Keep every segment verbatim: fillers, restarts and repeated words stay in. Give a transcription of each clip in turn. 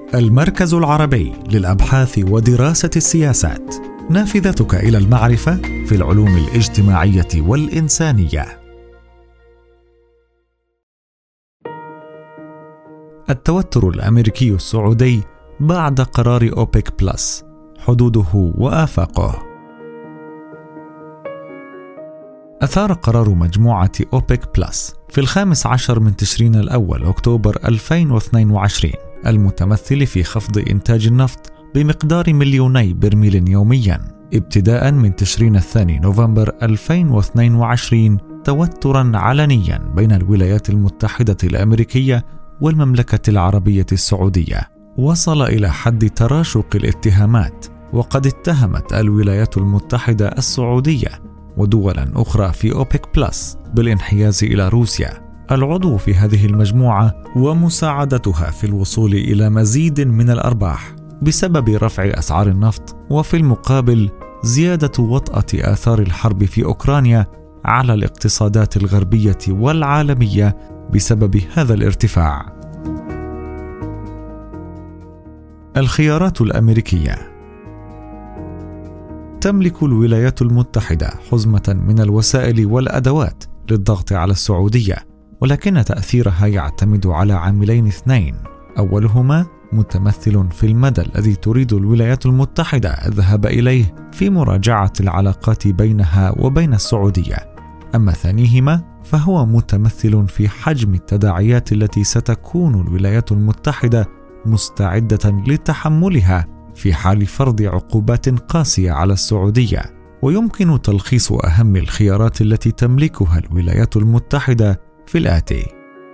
المركز العربي للأبحاث ودراسة السياسات، نافذتك إلى المعرفة في العلوم الاجتماعية والإنسانية. التوتر الأمريكي السعودي بعد قرار أوبك بلس، حدوده وآفاقه. أثار قرار مجموعة أوبك بلس في الخامس عشر من تشرين الأول أكتوبر ألفين واثنين وعشرين المتمثل في خفض إنتاج النفط بمقدار مليوني برميل يومياً ابتداءً من تشرين الثاني نوفمبر ألفين واثنين وعشرين توتراً علنياً بين الولايات المتحدة الأمريكية والمملكة العربية السعودية، وصل إلى حد تراشق الاتهامات، وقد اتهمت الولايات المتحدة السعودية ودولاً أخرى في أوبك بلس بالانحياز إلى روسيا العضو في هذه المجموعة ومساعدتها في الوصول إلى مزيد من الأرباح بسبب رفع أسعار النفط، وفي المقابل زيادة وطأة آثار الحرب في أوكرانيا على الاقتصادات الغربية والعالمية بسبب هذا الارتفاع. الخيارات الأمريكية. تملك الولايات المتحدة حزمة من الوسائل والأدوات للضغط على السعودية، ولكن تأثيرها يعتمد على عاملين اثنين، أولهما متمثل في المدى الذي تريد الولايات المتحدة الذهاب إليه في مراجعة العلاقات بينها وبين السعودية، أما ثانيهما فهو متمثل في حجم التداعيات التي ستكون الولايات المتحدة مستعدة لتحملها في حال فرض عقوبات قاسية على السعودية. ويمكن تلخيص أهم الخيارات التي تملكها الولايات المتحدة في الآتي: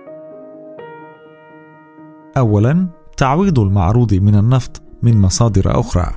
أولاً، تعويض المعروض من النفط من مصادر أخرى.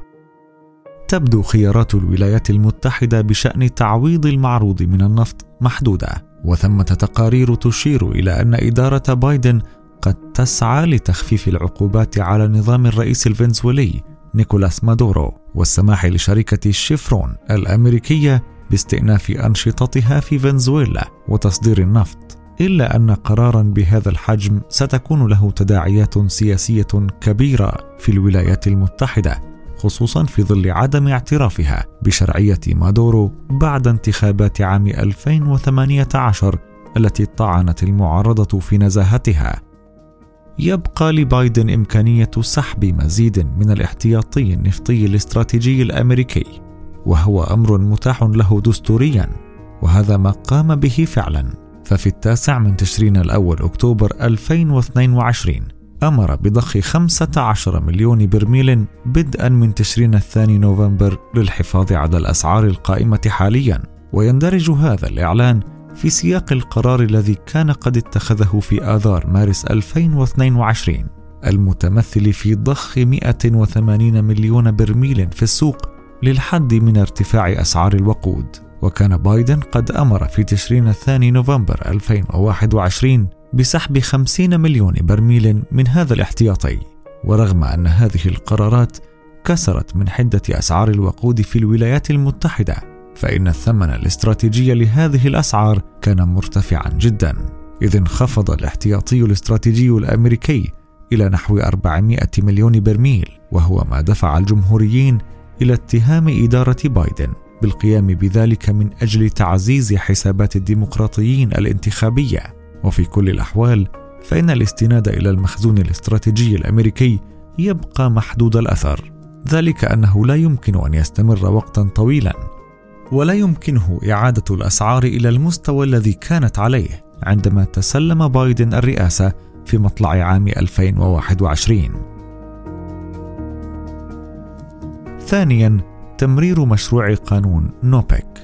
تبدو خيارات الولايات المتحدة بشأن تعويض المعروض من النفط محدودة، وثمة تقارير تشير إلى أن إدارة بايدن قد تسعى لتخفيف العقوبات على نظام الرئيس الفنزويلي نيكولاس مادورو، والسماح لشركة شيفرون الأمريكية باستئناف أنشطتها في فنزويلا وتصدير النفط، إلا أن قراراً بهذا الحجم ستكون له تداعيات سياسية كبيرة في الولايات المتحدة، خصوصاً في ظل عدم اعترافها بشرعية مادورو بعد انتخابات عام ألفين وثمانية عشر التي طعنت المعارضة في نزاهتها. يبقى لبايدن إمكانية سحب مزيد من الاحتياطي النفطي الاستراتيجي الأمريكي، وهو أمر متاح له دستورياً، وهذا ما قام به فعلاً. ففي التاسع من تشرين الأول أكتوبر ألفين واثنين وعشرين أمر بضخ خمسة عشر مليون برميل بدءا من تشرين الثاني نوفمبر للحفاظ على الأسعار القائمة حاليا، ويندرج هذا الإعلان في سياق القرار الذي كان قد اتخذه في آذار مارس ألفين واثنين وعشرين المتمثل في ضخ مئة وثمانين مليون برميل في السوق للحد من ارتفاع أسعار الوقود. وكان بايدن قد أمر في تشرين الثاني نوفمبر ألفين وواحد وعشرين بسحب خمسين مليون برميل من هذا الاحتياطي. ورغم أن هذه القرارات كسرت من حدة أسعار الوقود في الولايات المتحدة، فإن الثمن الاستراتيجي لهذه الأسعار كان مرتفعا جدا، إذ انخفض الاحتياطي الاستراتيجي الأمريكي إلى نحو أربعمائة مليون برميل، وهو ما دفع الجمهوريين إلى اتهام إدارة بايدن بالقيام بذلك من أجل تعزيز حسابات الديمقراطيين الانتخابية. وفي كل الأحوال فإن الاستناد إلى المخزون الاستراتيجي الأمريكي يبقى محدود الأثر، ذلك أنه لا يمكن أن يستمر وقتا طويلا، ولا يمكنه إعادة الأسعار إلى المستوى الذي كانت عليه عندما تسلم بايدن الرئاسة في مطلع عام ألفين وواحد وعشرين. ثانيا، تمرير مشروع قانون نوبك.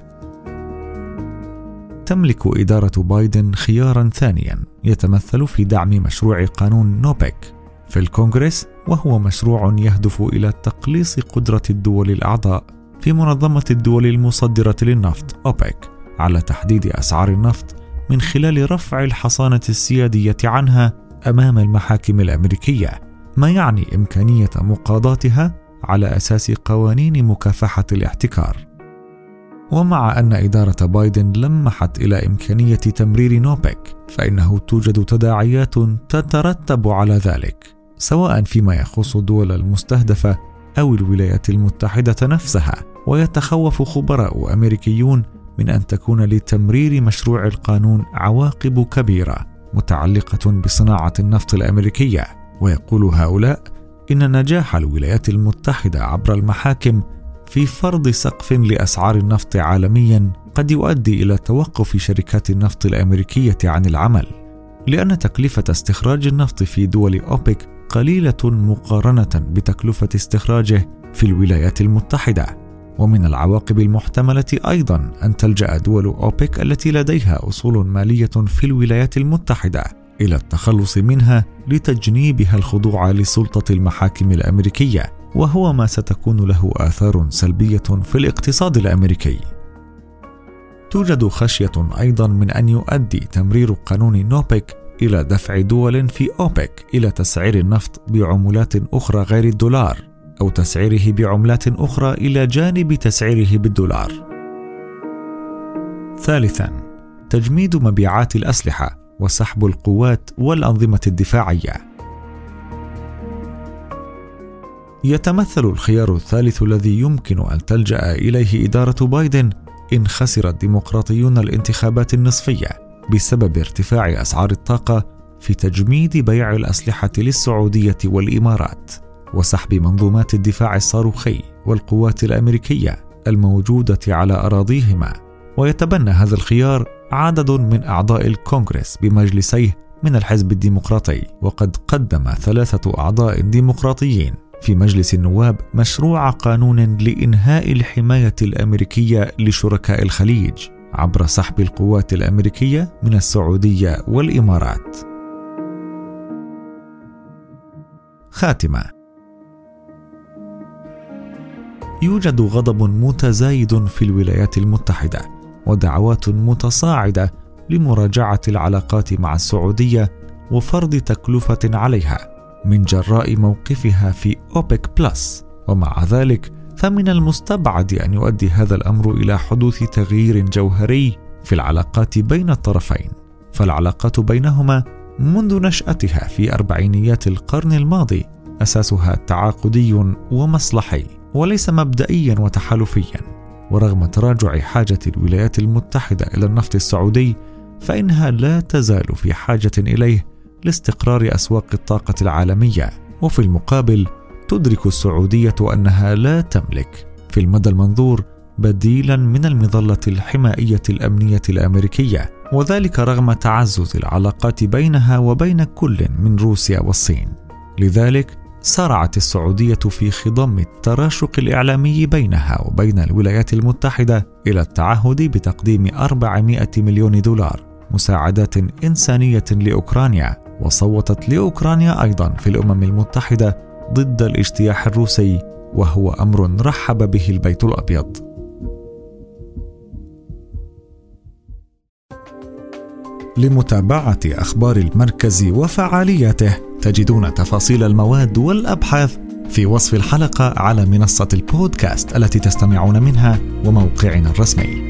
تملك إدارة بايدن خيارا ثانيا يتمثل في دعم مشروع قانون نوبك في الكونغرس، وهو مشروع يهدف إلى تقليص قدرة الدول الأعضاء في منظمة الدول المصدرة للنفط أوبك على تحديد أسعار النفط من خلال رفع الحصانة السيادية عنها أمام المحاكم الأمريكية، ما يعني إمكانية مقاضاتها على أساس قوانين مكافحة الاحتكار. ومع أن إدارة بايدن لمحت إلى إمكانية تمرير نوبك، فإنه توجد تداعيات تترتب على ذلك، سواء فيما يخص الدول المستهدفة أو الولايات المتحدة نفسها. ويتخوف خبراء أمريكيون من أن تكون لتمرير مشروع القانون عواقب كبيرة متعلقة بصناعة النفط الأمريكية. ويقول هؤلاء إن نجاح الولايات المتحدة عبر المحاكم في فرض سقف لأسعار النفط عالميا قد يؤدي إلى توقف شركات النفط الأمريكية عن العمل، لأن تكلفة استخراج النفط في دول أوبك قليلة مقارنة بتكلفة استخراجه في الولايات المتحدة. ومن العواقب المحتملة أيضا أن تلجأ دول أوبك التي لديها أصول مالية في الولايات المتحدة إلى التخلص منها لتجنيبها الخضوع لسلطة المحاكم الأمريكية، وهو ما ستكون له آثار سلبية في الاقتصاد الأمريكي. توجد خشية أيضا من أن يؤدي تمرير قانون نوبك إلى دفع دول في أوبك إلى تسعير النفط بعملات أخرى غير الدولار، أو تسعيره بعملات أخرى إلى جانب تسعيره بالدولار. ثالثا، تجميد مبيعات الأسلحة وسحب القوات والأنظمة الدفاعية. يتمثل الخيار الثالث الذي يمكن أن تلجأ إليه إدارة بايدن إن خسر الديمقراطيون الانتخابات النصفية بسبب ارتفاع أسعار الطاقة في تجميد بيع الأسلحة للسعودية والإمارات وسحب منظومات الدفاع الصاروخي والقوات الأمريكية الموجودة على أراضيهما. ويتبنى هذا الخيار عدد من أعضاء الكونغرس بمجلسيه من الحزب الديمقراطي، وقد قدم ثلاثة أعضاء ديمقراطيين في مجلس النواب مشروع قانون لإنهاء الحماية الأمريكية لشركاء الخليج عبر سحب القوات الأمريكية من السعودية والإمارات. خاتمة: يوجد غضب متزايد في الولايات المتحدة ودعوات متصاعدة لمراجعة العلاقات مع السعودية وفرض تكلفة عليها من جراء موقفها في أوبك بلس. ومع ذلك فمن المستبعد أن يؤدي هذا الأمر إلى حدوث تغيير جوهري في العلاقات بين الطرفين، فالعلاقات بينهما منذ نشأتها في أربعينيات القرن الماضي أساسها تعاقدي ومصلحي وليس مبدئيا وتحالفيا. ورغم تراجع حاجة الولايات المتحدة إلى النفط السعودي فإنها لا تزال في حاجة إليه لاستقرار أسواق الطاقة العالمية. وفي المقابل تدرك السعودية أنها لا تملك في المدى المنظور بديلا من المظلة الحمائية الأمنية الأمريكية، وذلك رغم تعزز العلاقات بينها وبين كل من روسيا والصين. لذلك سارعت السعودية في خضم التراشق الإعلامي بينها وبين الولايات المتحدة إلى التعهد بتقديم أربعمائة مليون دولار مساعدات إنسانية لأوكرانيا، وصوتت لأوكرانيا أيضا في الأمم المتحدة ضد الاجتياح الروسي، وهو أمر رحب به البيت الأبيض. لمتابعة أخبار المركز وفعالياته تجدون تفاصيل المواد والأبحاث في وصف الحلقة على منصة البودكاست التي تستمعون منها وموقعنا الرسمي.